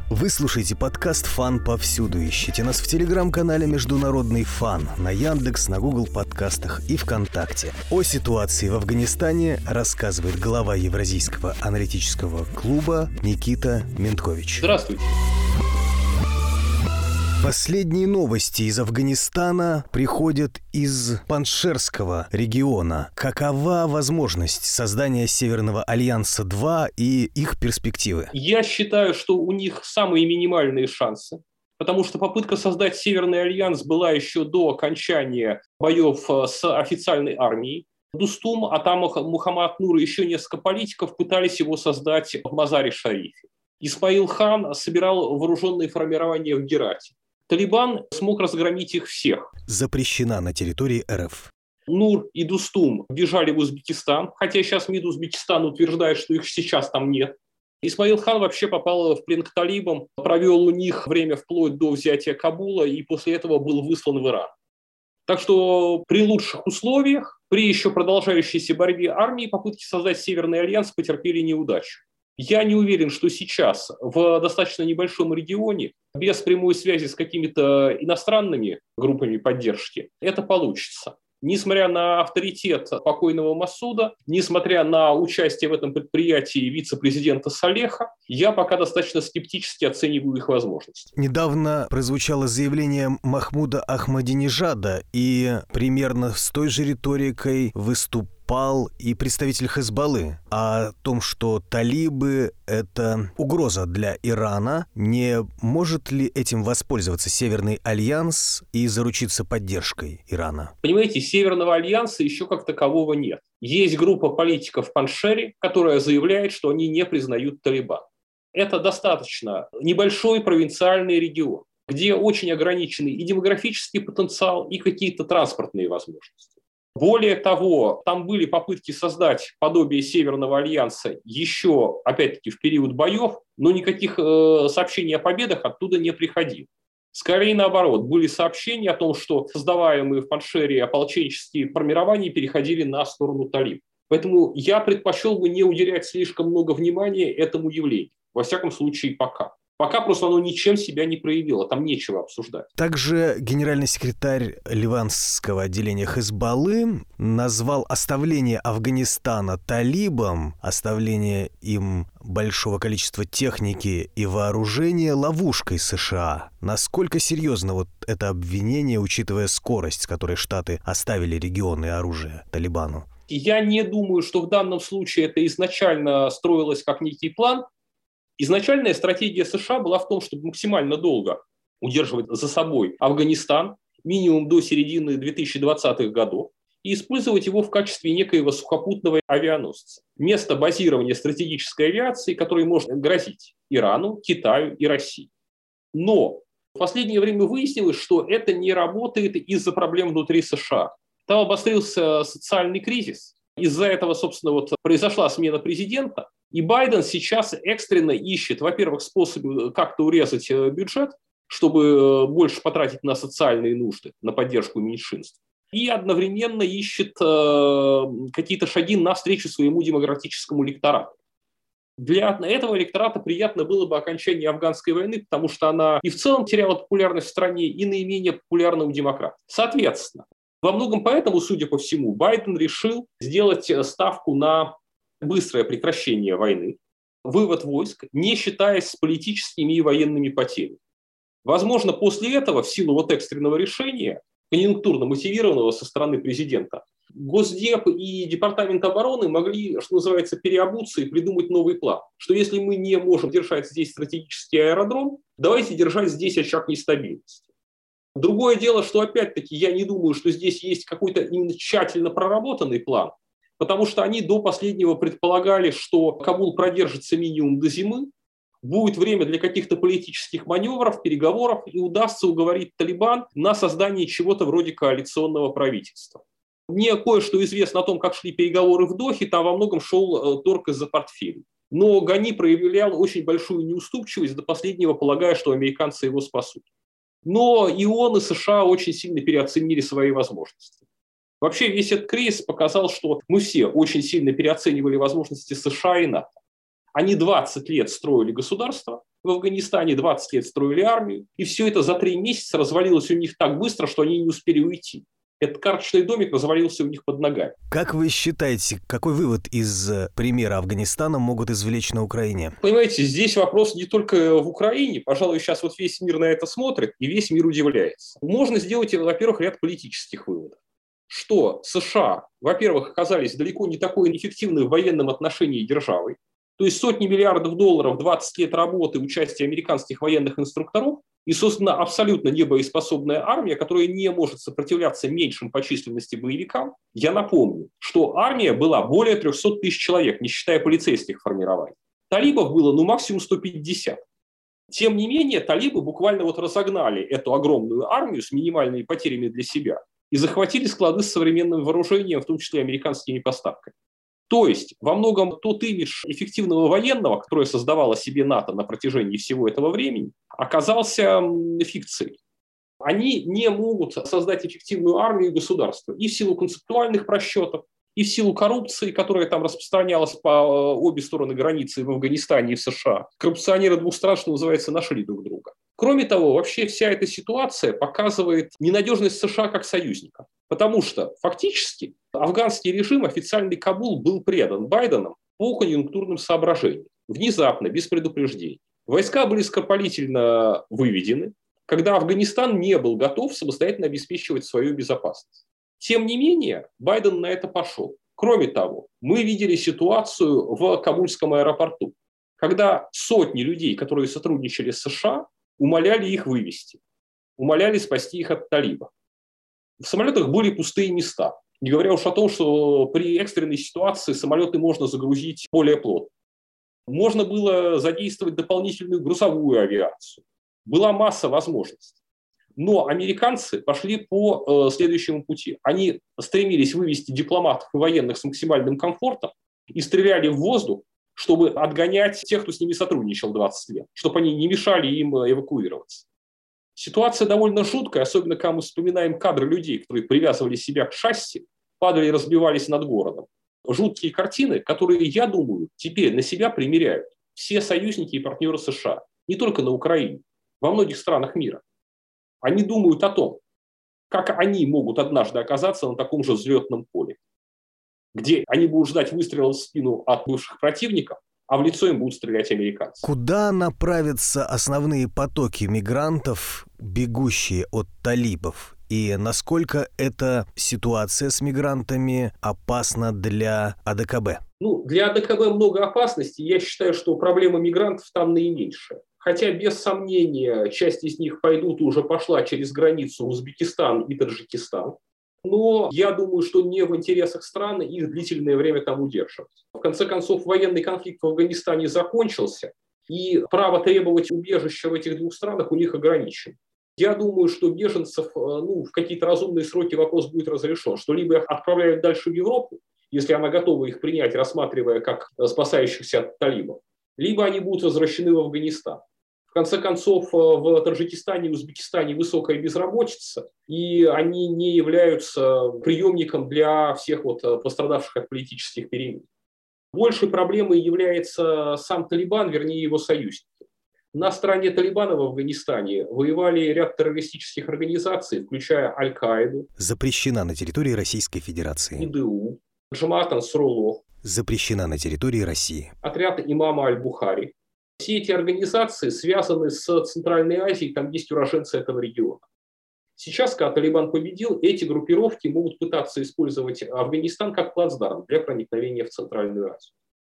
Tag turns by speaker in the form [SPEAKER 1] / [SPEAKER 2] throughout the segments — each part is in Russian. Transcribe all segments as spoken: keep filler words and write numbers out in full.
[SPEAKER 1] Вы слушаете подкаст «Фан повсюду». Ищите нас в телеграм-канале «Международный фан», на Яндекс, на Google подкастах и ВКонтакте. О ситуации в Афганистане рассказывает глава Евразийского аналитического клуба Никита Менткович.
[SPEAKER 2] Здравствуйте.
[SPEAKER 1] Последние новости из Афганистана приходят из Паншерского региона. Какова возможность создания Северного альянса-два и их перспективы?
[SPEAKER 2] Я считаю, что у них самые минимальные шансы, потому что попытка создать Северный альянс была еще до окончания боев с официальной армией. Дустум, Ата Мухаммад Нур и еще несколько политиков пытались его создать в Мазари-Шарифе. Исмаил Хан собирал вооруженные формирования в Герате. Талибан смог разгромить их всех.
[SPEAKER 1] Запрещена на территории РФ.
[SPEAKER 2] Нур и Дустум бежали в Узбекистан, хотя сейчас МИД Узбекистана утверждает, что их сейчас там нет. Исмаил Хан вообще попал в плен к талибам, провел у них время вплоть до взятия Кабула и после этого был выслан в Иран. Так что при лучших условиях, при еще продолжающейся борьбе армии, попытки создать Северный альянс потерпели неудачу. Я не уверен, что сейчас в достаточно небольшом регионе, без прямой связи с какими-то иностранными группами поддержки, это получится. Несмотря на авторитет покойного Масуда, несмотря на участие в этом предприятии вице-президента Салеха, я пока достаточно скептически оцениваю их возможности.
[SPEAKER 1] Недавно прозвучало заявление Махмуда Ахмадинежада, и примерно с той же риторикой выступал и представитель Хезболлы о том, что талибы — это угроза для Ирана. Не может ли этим воспользоваться Северный альянс и заручиться поддержкой Ирана?
[SPEAKER 2] Понимаете, Северного альянса еще как такового нет. Есть группа политиков в Паншере, которая заявляет, что они не признают Талибан. Это достаточно небольшой провинциальный регион, где очень ограниченный и демографический потенциал, и какие-то транспортные возможности. Более того, там были попытки создать подобие Северного альянса еще, опять-таки, в период боев, но никаких э, сообщений о победах оттуда не приходило. Скорее наоборот, были сообщения о том, что создаваемые в Паншере ополченческие формирования переходили на сторону талибов. Поэтому я предпочел бы не уделять слишком много внимания этому явлению. Во всяком случае, пока. Пока просто оно ничем себя не проявило, там нечего обсуждать.
[SPEAKER 1] Также генеральный секретарь ливанского отделения Хезболлы назвал оставление Афганистана талибам, оставление им большого количества техники и вооружения ловушкой США. Насколько серьезно вот это обвинение, учитывая скорость, с которой Штаты оставили регионы и оружие Талибану?
[SPEAKER 2] Я не думаю, что в данном случае это изначально строилось как некий план. Изначальная стратегия США была в том, чтобы максимально долго удерживать за собой Афганистан, минимум до середины две тысячи двадцатых годов, и использовать его в качестве некоего сухопутного авианосца. Место базирования стратегической авиации, которое может грозить Ирану, Китаю и России. Но в последнее время выяснилось, что это не работает из-за проблем внутри США. Там обострился социальный кризис. Из-за этого, собственно, вот произошла смена президента. И Байден сейчас экстренно ищет, во-первых, способы как-то урезать бюджет, чтобы больше потратить на социальные нужды, на поддержку меньшинств. И одновременно ищет э, какие-то шаги навстречу своему демократическому электорату. Для этого электората приятно было бы окончание афганской войны, потому что она и в целом теряла популярность в стране, и наименее популярна у демократов. Соответственно, во многом поэтому, судя по всему, Байден решил сделать ставку на быстрое прекращение войны, вывод войск, не считаясь с политическими и военными потерями. Возможно, после этого, в силу вот экстренного решения, конъюнктурно мотивированного со стороны президента, Госдеп и Департамент обороны могли, что называется, переобуться и придумать новый план. Что если мы не можем держать здесь стратегический аэродром, давайте держать здесь очаг нестабильности. Другое дело, что опять-таки я не думаю, что здесь есть какой-то именно тщательно проработанный план, потому что они до последнего предполагали, что Кабул продержится минимум до зимы, будет время для каких-то политических маневров, переговоров, и удастся уговорить Талибан на создание чего-то вроде коалиционного правительства. Мне кое-что известно о том, как шли переговоры в Дохе, там во многом шел торг из-за портфелей. Но Гани проявлял очень большую неуступчивость, до последнего полагая, что американцы его спасут. Но и он, и США очень сильно переоценили свои возможности. Вообще весь этот кризис показал, что мы все очень сильно переоценивали возможности США и НАТО. Они двадцать лет строили государство, в Афганистане, двадцать лет строили армию, и все это за три месяца развалилось у них так быстро, что они не успели уйти. Этот карточный домик развалился у них под ногами.
[SPEAKER 1] Как вы считаете, какой вывод из примера Афганистана могут извлечь на Украине?
[SPEAKER 2] Понимаете, здесь вопрос не только в Украине. Пожалуй, сейчас вот весь мир на это смотрит, и весь мир удивляется. Можно сделать, во-первых, ряд политических выводов. Что США, во-первых, оказались далеко не такой эффективной в военном отношении державой. То есть сотни миллиардов долларов, двадцать лет работы, участия американских военных инструкторов и, собственно, абсолютно небоеспособная армия, которая не может сопротивляться меньшим по численности боевикам. Я напомню, что армия была более трехсот тысяч человек, не считая полицейских формирований. Талибов было ну максимум сто пятьдесят. Тем не менее, талибы буквально вот разогнали эту огромную армию с минимальными потерями для себя и захватили склады с современным вооружением, в том числе американскими поставками. То есть во многом тот имидж эффективного военного, который создавала себе НАТО на протяжении всего этого времени, оказался фикцией. Они не могут создать эффективную армию и государство и в силу концептуальных просчетов, и в силу коррупции, которая там распространялась по обе стороны границы в Афганистане и в США. Коррупционеры двух стран, что называется, нашли друг друга. Кроме того, вообще вся эта ситуация показывает ненадежность США как союзника. Потому что фактически афганский режим, официальный Кабул, был предан Байденом по конъюнктурным соображениям. Внезапно, без предупреждений. Войска были скоропалительно выведены, когда Афганистан не был готов самостоятельно обеспечивать свою безопасность. Тем не менее, Байден на это пошел. Кроме того, мы видели ситуацию в Кабульском аэропорту, когда сотни людей, которые сотрудничали с США, умоляли их вывести, умоляли спасти их от талибов. В самолетах были пустые места, не говоря уж о том, что при экстренной ситуации самолеты можно загрузить более плотно. Можно было задействовать дополнительную грузовую авиацию. Была масса возможностей. Но американцы пошли по э, следующему пути. Они стремились вывести дипломатов и военных с максимальным комфортом и стреляли в воздух, чтобы отгонять тех, кто с ними сотрудничал двадцать лет, чтобы они не мешали им эвакуироваться. Ситуация довольно жуткая, особенно когда мы вспоминаем кадры людей, которые привязывали себя к шасси, падали и разбивались над городом. Жуткие картины, которые, я думаю, теперь на себя примеряют все союзники и партнеры США, не только на Украине, во многих странах мира. Они думают о том, как они могут однажды оказаться на таком же взлетном поле, где они будут ждать выстрела в спину от бывших противников, а в лицо им будут стрелять американцы.
[SPEAKER 1] Куда направятся основные потоки мигрантов, бегущие от талибов? И насколько эта ситуация с мигрантами опасна для АДКБ?
[SPEAKER 2] Ну, для АДКБ много опасностей. Я считаю, что проблема мигрантов там наименьшая. Хотя, без сомнения, часть из них пойдут и уже пошла через границу в Узбекистан и Таджикистан. Но я думаю, что не в интересах страны их длительное время там удерживать. В конце концов, военный конфликт в Афганистане закончился, и право требовать убежища в этих двух странах у них ограничено. Я думаю, что беженцев ну, в какие-то разумные сроки вопрос будет разрешен, что либо их отправляют дальше в Европу, если она готова их принять, рассматривая как спасающихся от талибов, либо они будут возвращены в Афганистан. В конце концов, в Таджикистане и Узбекистане высокая безработица, и они не являются приемником для всех вот пострадавших от политических перемен. Большей проблемой является сам Талибан, вернее его союзники. На стороне Талибана в Афганистане воевали ряд террористических организаций, включая Аль-Каиду.
[SPEAKER 1] Запрещена на территории Российской Федерации.
[SPEAKER 2] ИДУ, Джамаат Ансаруллах.
[SPEAKER 1] Запрещена на территории России.
[SPEAKER 2] Отряд имама Аль-Бухари. Все эти организации связаны с Центральной Азией, там есть уроженцы этого региона. Сейчас, когда Талибан победил, эти группировки могут пытаться использовать Афганистан как плацдарм для проникновения в Центральную Азию.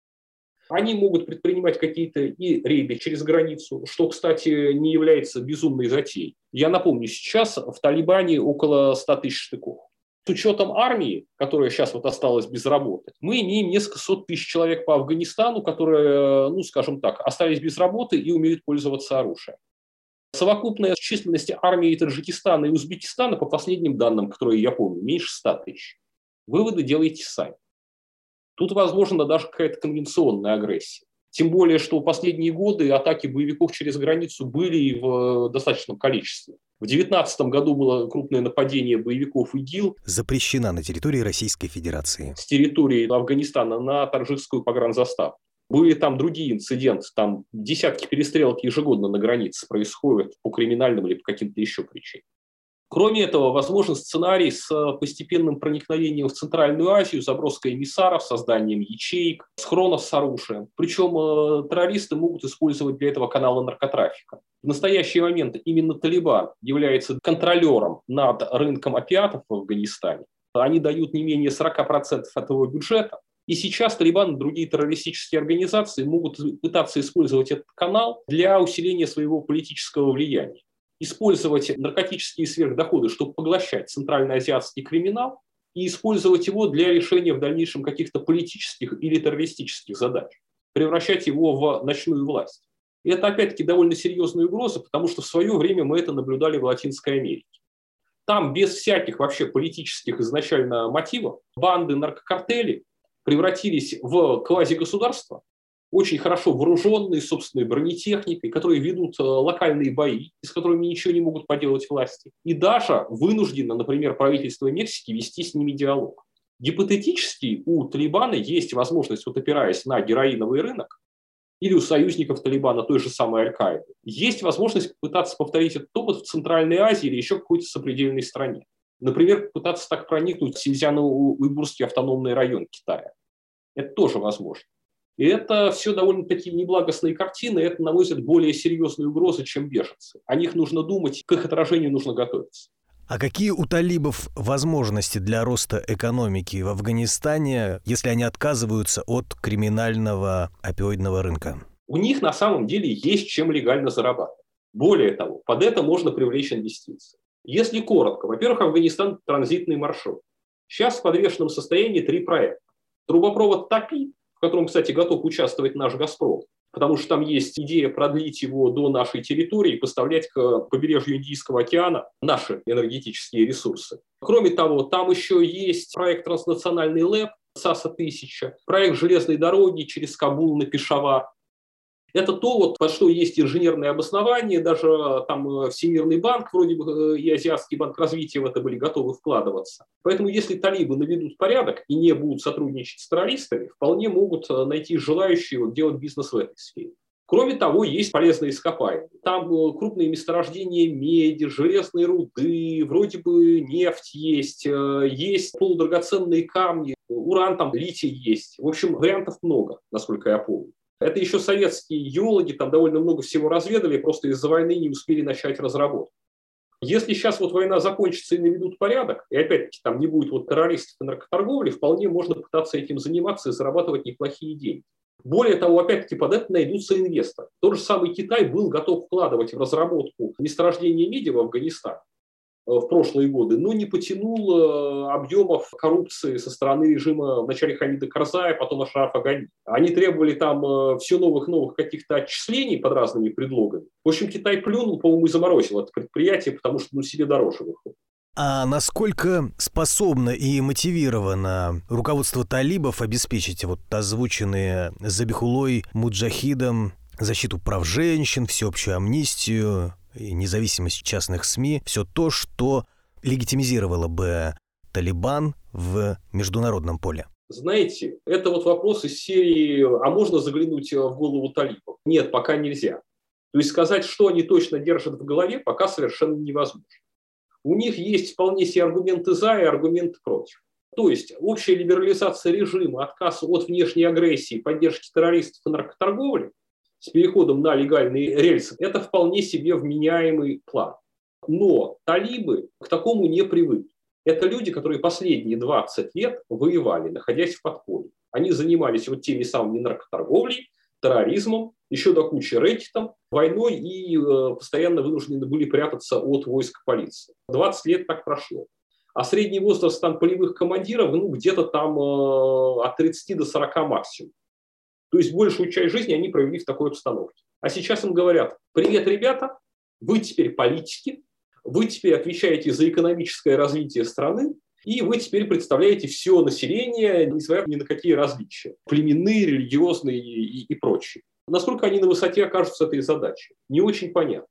[SPEAKER 2] Они могут предпринимать какие-то и рейды через границу, что, кстати, не является безумной затеей. Я напомню, сейчас в Талибане около ста тысяч штыков. С учетом армии, которая сейчас вот осталась без работы, мы имеем несколько сот тысяч человек по Афганистану, которые, ну, скажем так, остались без работы и умеют пользоваться оружием. Совокупная численность армии Таджикистана и Узбекистана, по последним данным, которые я помню, меньше ста тысяч. Выводы делайте сами. Тут возможна даже какая-то конвенционная агрессия. Тем более, что в последние годы атаки боевиков через границу были в достаточном количестве. В две тысячи девятнадцатом году было крупное нападение боевиков ИГИЛ.
[SPEAKER 1] Запрещена на территории Российской Федерации.
[SPEAKER 2] С территории Афганистана на таджикскую погранзаставу. Были там другие инциденты, там десятки перестрелок ежегодно на границе происходят по криминальным или по каким-то еще причинам. Кроме этого, возможен сценарий с постепенным проникновением в Центральную Азию, заброской эмиссаров, созданием ячеек, схронов с оружием. Причем э, террористы могут использовать для этого каналы наркотрафика. В настоящий момент именно Талибан является контролером над рынком опиатов в Афганистане. Они дают не менее сорок процентов этого бюджета. И сейчас Талибан и другие террористические организации могут пытаться использовать этот канал для усиления своего политического влияния. Использовать наркотические сверхдоходы, чтобы поглощать центральноазиатский криминал, и использовать его для решения в дальнейшем каких-то политических или террористических задач, превращать его в ночную власть. И это, опять-таки, довольно серьезная угроза, потому что в свое время мы это наблюдали в Латинской Америке. Там без всяких вообще политических изначально мотивов банды, наркокартели превратились в квазигосударства, очень хорошо вооруженные собственной бронетехникой, которые ведут локальные бои, с которыми ничего не могут поделать власти. И даже вынуждено, например, правительство Мексики вести с ними диалог. Гипотетически у Талибана есть возможность, вот опираясь на героиновый рынок, или у союзников Талибана, той же самой Аль-Каиды, есть возможность попытаться повторить этот опыт в Центральной Азии или еще какой-то сопредельной стране. Например, попытаться так проникнуть в Синьцзяно-Уйгурский автономный район Китая. Это тоже возможно. И это все довольно-таки неблагостные картины, это, на мой взгляд, более серьезные угрозы, чем беженцы. О них нужно думать, к их отражению нужно готовиться.
[SPEAKER 1] А какие у талибов возможности для роста экономики в Афганистане, если они отказываются от криминального опиоидного рынка?
[SPEAKER 2] У них на самом деле есть чем легально зарабатывать. Более того, под это можно привлечь инвестиции. Если коротко, во-первых, Афганистан – транзитный маршрут. Сейчас в подвешенном состоянии три проекта. Трубопровод ТАПИ, в котором, кстати, готов участвовать наш «Газпром», потому что там есть идея продлить его до нашей территории и поставлять к побережью Индийского океана наши энергетические ресурсы. Кроме того, там еще есть проект «Транснациональный ЛЭП» САСа тысяча, проект железной дороги через Кабул на Пешавар. Это то, вот, под что есть инженерное обоснование, даже там Всемирный банк вроде бы и Азиатский банк развития в это были готовы вкладываться. Поэтому если талибы наведут порядок и не будут сотрудничать с террористами, вполне могут найти желающие вот, делать бизнес в этой сфере. Кроме того, есть полезные ископаемые. Там крупные месторождения меди, железной руды, вроде бы нефть есть, есть полудрагоценные камни, уран там, литий есть. В общем, вариантов много, насколько я помню. Это еще советские геологи там довольно много всего разведали, просто из-за войны не успели начать разработку. Если сейчас вот война закончится и наведут порядок, и опять-таки там не будет вот террористов и наркоторговли, вполне можно пытаться этим заниматься и зарабатывать неплохие деньги. Более того, опять-таки под это найдутся инвесторы. Тот же самый Китай был готов вкладывать в разработку месторождения меди в Афганистан в прошлые годы, но не потянул объемов коррупции со стороны режима вначале Хамида Карзая, потом Ашрафа Гани. Они требовали там все новых-новых каких-то отчислений под разными предлогами. В общем, Китай плюнул, по-моему, и заморозил это предприятие, потому что ну, себе дороже выходит.
[SPEAKER 1] А насколько способно и мотивировано руководство талибов обеспечить вот озвученные Забихулой Муджахидом защиту прав женщин, всеобщую амнистию и независимость частных СМИ, все то, что легитимизировало бы Талибан в международном поле?
[SPEAKER 2] Знаете, это вот вопрос из серии «А можно заглянуть в голову талибов?» Нет, пока нельзя. То есть сказать, что они точно держат в голове, пока совершенно невозможно. У них есть вполне себе аргументы «за» и аргументы «против». То есть общая либерализация режима, отказ от внешней агрессии, поддержки террористов и наркоторговли с переходом на легальные рельсы – это вполне себе вменяемый план. Но талибы к такому не привыкли. Это люди, которые последние двадцать лет воевали, находясь в подполье. Они занимались вот теми самыми наркоторговлей, терроризмом, еще до кучи рэкетом, войной и э, постоянно вынуждены были прятаться от войск полиции. двадцать лет так прошло. А средний возраст там полевых командиров ну, где-то там э, от тридцати до сорока максимум. То есть большую часть жизни они провели в такой обстановке. А сейчас им говорят: привет, ребята, вы теперь политики, вы теперь отвечаете за экономическое развитие страны, и вы теперь представляете все население, несмотря ни на какие различия, племенные, религиозные и, и прочие. Насколько они на высоте окажутся этой задачи, не очень понятно.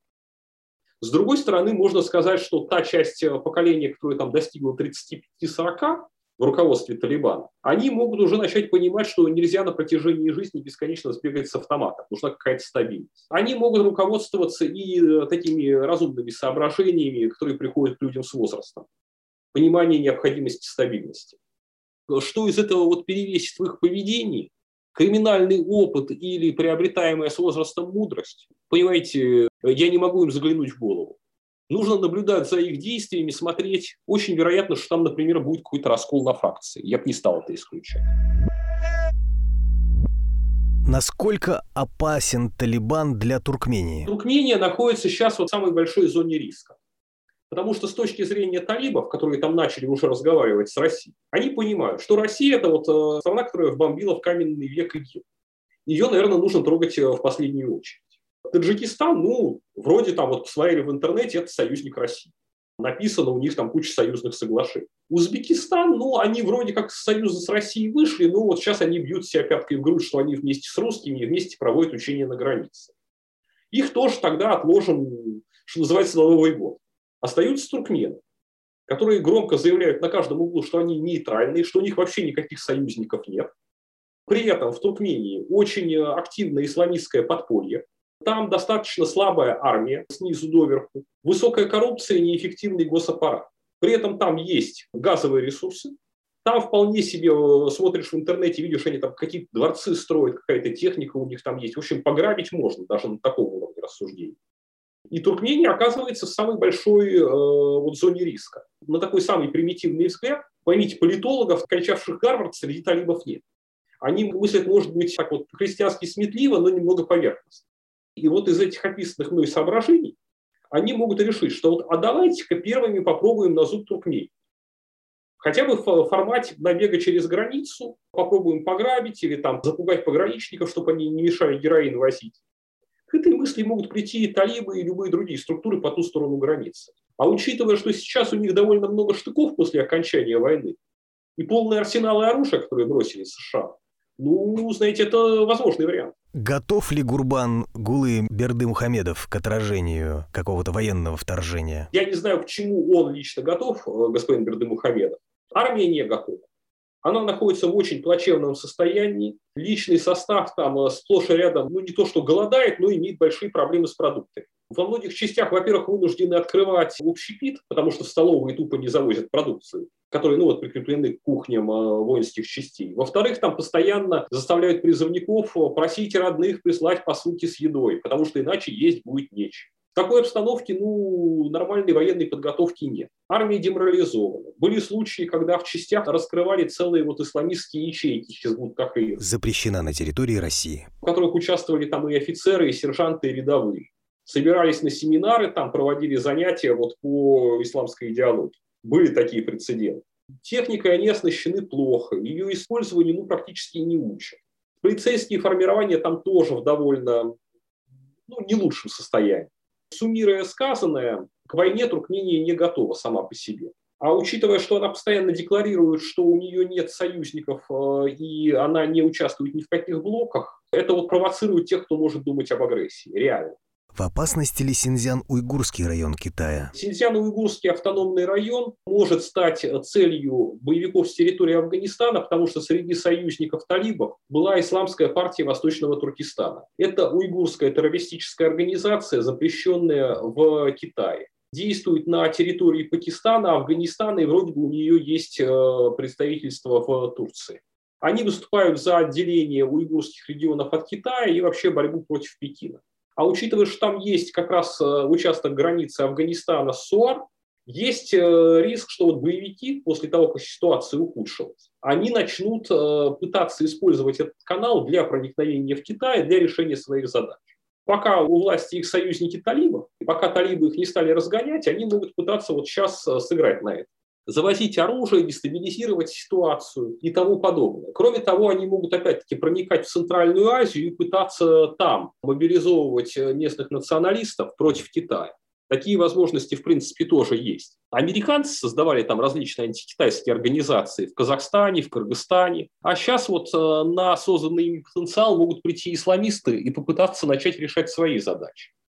[SPEAKER 2] С другой стороны, можно сказать, что та часть поколения, которая там достигла тридцати пяти сорока, в руководстве Талибана, они могут уже начать понимать, что нельзя на протяжении жизни бесконечно сбегать с автоматом, нужна какая-то стабильность. Они могут руководствоваться и такими разумными соображениями, которые приходят к людям с возрастом. Понимание необходимости стабильности. Что из этого вот перевесит в их поведении? Криминальный опыт или приобретаемая с возрастом мудрость? Понимаете, я не могу им заглянуть в голову. Нужно наблюдать за их действиями, смотреть. Очень вероятно, что там, например, будет какой-то раскол на фракции. Я бы не стал это исключать.
[SPEAKER 1] Насколько опасен Талибан для Туркмении?
[SPEAKER 2] Туркмения находится сейчас вот в самой большой зоне риска. Потому что с точки зрения талибов, которые там начали уже разговаривать с Россией, они понимают, что Россия – это вот страна, которая вбомбила в каменный век ИГИЛ. Ее, наверное, нужно трогать в последнюю очередь. Таджикистан, ну, вроде там вот посмотрели в интернете, это союзник России. Написано, у них там куча союзных соглашений. Узбекистан, ну, они вроде как с союза с Россией вышли, но вот сейчас они бьют себя пяткой в грудь, что они вместе с русскими вместе проводят учения на границе. Их тоже тогда отложим, что называется, на Новый год. Остаются туркмены, которые громко заявляют на каждом углу, что они нейтральные, что у них вообще никаких союзников нет. При этом в Туркмении очень активное исламистское подполье. Там достаточно слабая армия снизу доверху, высокая коррупция и неэффективный госаппарат. При этом там есть газовые ресурсы. Там вполне себе смотришь в интернете, видишь, они там какие-то дворцы строят, какая-то техника у них там есть. В общем, пограбить можно даже на таком уровне рассуждений. И Туркмения оказывается в самой большой э, вот, зоне риска. На такой самый примитивный взгляд, поймите, политологов, кончавших Гарвард, среди талибов нет. Они мыслят, может быть, так вот христиански сметливо, но немного поверхностно. И вот из этих описанных мной соображений они могут решить, что вот, а давайте-ка первыми попробуем на зуб Туркмении. Хотя бы в формате набега через границу, попробуем пограбить или там запугать пограничников, чтобы они не мешали героин возить. К этой мысли могут прийти и талибы, и любые другие структуры по ту сторону границы. А учитывая, что сейчас у них довольно много штыков после окончания войны и полные арсеналы оружия, которые бросили США, ну, знаете, это возможный вариант.
[SPEAKER 1] Готов ли Гурбан Гулы Бердымухамедов к отражению какого-то военного вторжения?
[SPEAKER 2] Я не знаю, к чему он лично готов, господин Бердымухамедов. Армия не готова. Она находится в очень плачевном состоянии. Личный состав там сплошь и рядом, ну не то что голодает, но имеет большие проблемы с продуктами. Во многих частях, во-первых, вынуждены открывать общепит, потому что в столовые тупо не завозят продукцию, которые ну, вот, прикреплены к кухням э, воинских частей. Во-вторых, там постоянно заставляют призывников просить родных прислать посылки с едой, потому что иначе есть будет нечего. В такой обстановке ну, нормальной военной подготовки нет. Армия деморализована. Были случаи, когда в частях раскрывали целые вот исламистские ячейки Хизбут-Тахрир.
[SPEAKER 1] Запрещена на территории России.
[SPEAKER 2] В которых участвовали там и офицеры, и сержанты, и рядовые. Собирались на семинары, там проводили занятия вот по исламской идеологии. Были такие прецеденты. Техникой они оснащены плохо, ее использованию ну, практически не учат. Полицейские формирования там тоже в довольно ну, не лучшем состоянии. Суммируя сказанное, к войне Туркмения не готова сама по себе. А учитывая, что она постоянно декларирует, что у нее нет союзников и она не участвует ни в каких блоках, это вот провоцирует тех, кто может думать об агрессии, реально.
[SPEAKER 1] В опасности ли Синьцзян-Уйгурский район Китая?
[SPEAKER 2] Синьцзян-Уйгурский автономный район может стать целью боевиков с территории Афганистана, потому что среди союзников талибов была исламская партия Восточного Туркестана. Это уйгурская террористическая организация, запрещенная в Китае. Действует на территории Пакистана, Афганистана, и вроде бы у нее есть представительство в Турции. Они выступают за отделение уйгурских регионов от Китая и вообще борьбу против Пекина. А учитывая, что там есть как раз участок границы Афганистана с СУАР, есть риск, что вот боевики после того, как ситуация ухудшилась, они начнут пытаться использовать этот канал для проникновения в Китай, для решения своих задач. Пока у власти их союзники талибов, и пока талибы их не стали разгонять, они могут пытаться вот сейчас сыграть на это. Завозить оружие, дестабилизировать ситуацию и тому подобное. Кроме того, они могут опять-таки проникать в Центральную Азию и пытаться там мобилизовывать местных националистов против Китая. Такие возможности, в принципе, тоже есть. Американцы создавали там различные антикитайские организации в Казахстане, в Кыргызстане. А сейчас вот на созданный ими потенциал могут прийти исламисты и попытаться начать решать свои задачи.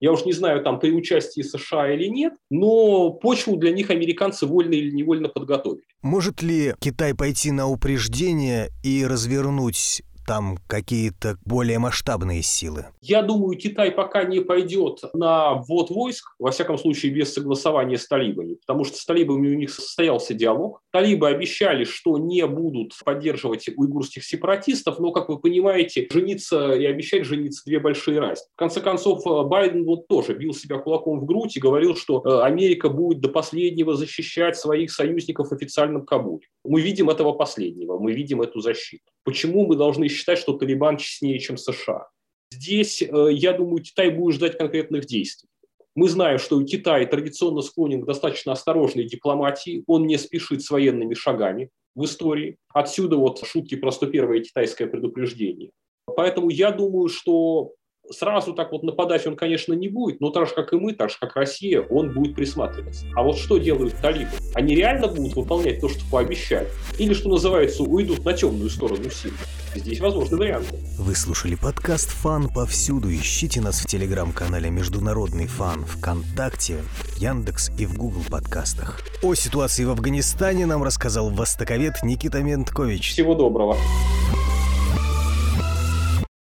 [SPEAKER 2] Я уж не знаю, там при участии США или нет, но почву для них американцы вольно или невольно подготовили.
[SPEAKER 1] Может ли Китай пойти на упреждение и развернуть там какие-то более масштабные силы?
[SPEAKER 2] Я думаю, Китай пока не пойдет на ввод войск, во всяком случае без согласования с талибами, потому что с талибами у них состоялся диалог. Талибы обещали, что не будут поддерживать уйгурских сепаратистов, но, как вы понимаете, жениться и обещать жениться – две большие разницы. В конце концов, Байден вот тоже бил себя кулаком в грудь и говорил, что Америка будет до последнего защищать своих союзников в официальном Кабуле. Мы видим этого последнего, мы видим эту защиту. Почему мы должны считать, что Талибан честнее, чем США? Здесь, я думаю, Китай будет ждать конкретных действий. Мы знаем, что Китай традиционно склонен к достаточно осторожной дипломатии, он не спешит с военными шагами в истории. Отсюда вот шутки про сто первое китайское предупреждение. Поэтому я думаю, что сразу так вот нападать он, конечно, не будет, но так же, как и мы, так же, как Россия, он будет присматриваться. А вот что делают талибы? Они реально будут выполнять то, что пообещали? Или, что называется, уйдут на темную сторону сил? Здесь возможны варианты.
[SPEAKER 1] Вы слушали подкаст «Фан повсюду». Ищите нас в телеграм-канале «Международный фан», ВКонтакте, Яндекс и в Google подкастах. О ситуации в Афганистане нам рассказал востоковед Никита Менткович.
[SPEAKER 2] Всего доброго.